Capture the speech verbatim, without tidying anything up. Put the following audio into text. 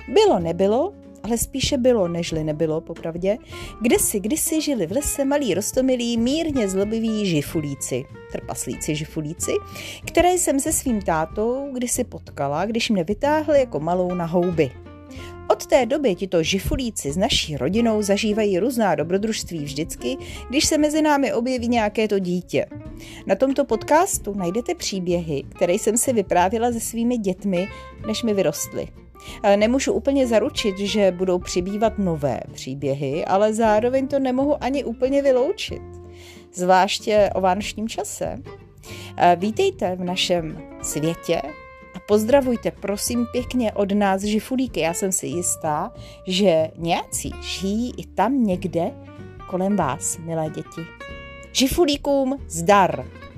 Bylo nebylo, ale spíše bylo, nežli nebylo, popravdě, kdysi, kdysi žili v lese malí roztomilí, mírně zlobiví žifulíci, trpaslíci žifulíci, které jsem se svým tátou kdysi potkala, když mne vytáhl jako malou na houby. Od té doby tito žifulíci s naší rodinou zažívají různá dobrodružství vždycky, když se mezi námi objeví nějaké to dítě. Na tomto podcastu najdete příběhy, které jsem si vyprávěla se svými dětmi, než mi vyrostly. Nemůžu úplně zaručit, že budou přibývat nové příběhy, ale zároveň to nemohu ani úplně vyloučit. Zvláště o vánočním čase. Vítejte v našem světě a pozdravujte prosím pěkně od nás žifulíky. Já jsem si jistá, že nějací žijí i tam někde kolem vás, milé děti. Žifulíkům zdar!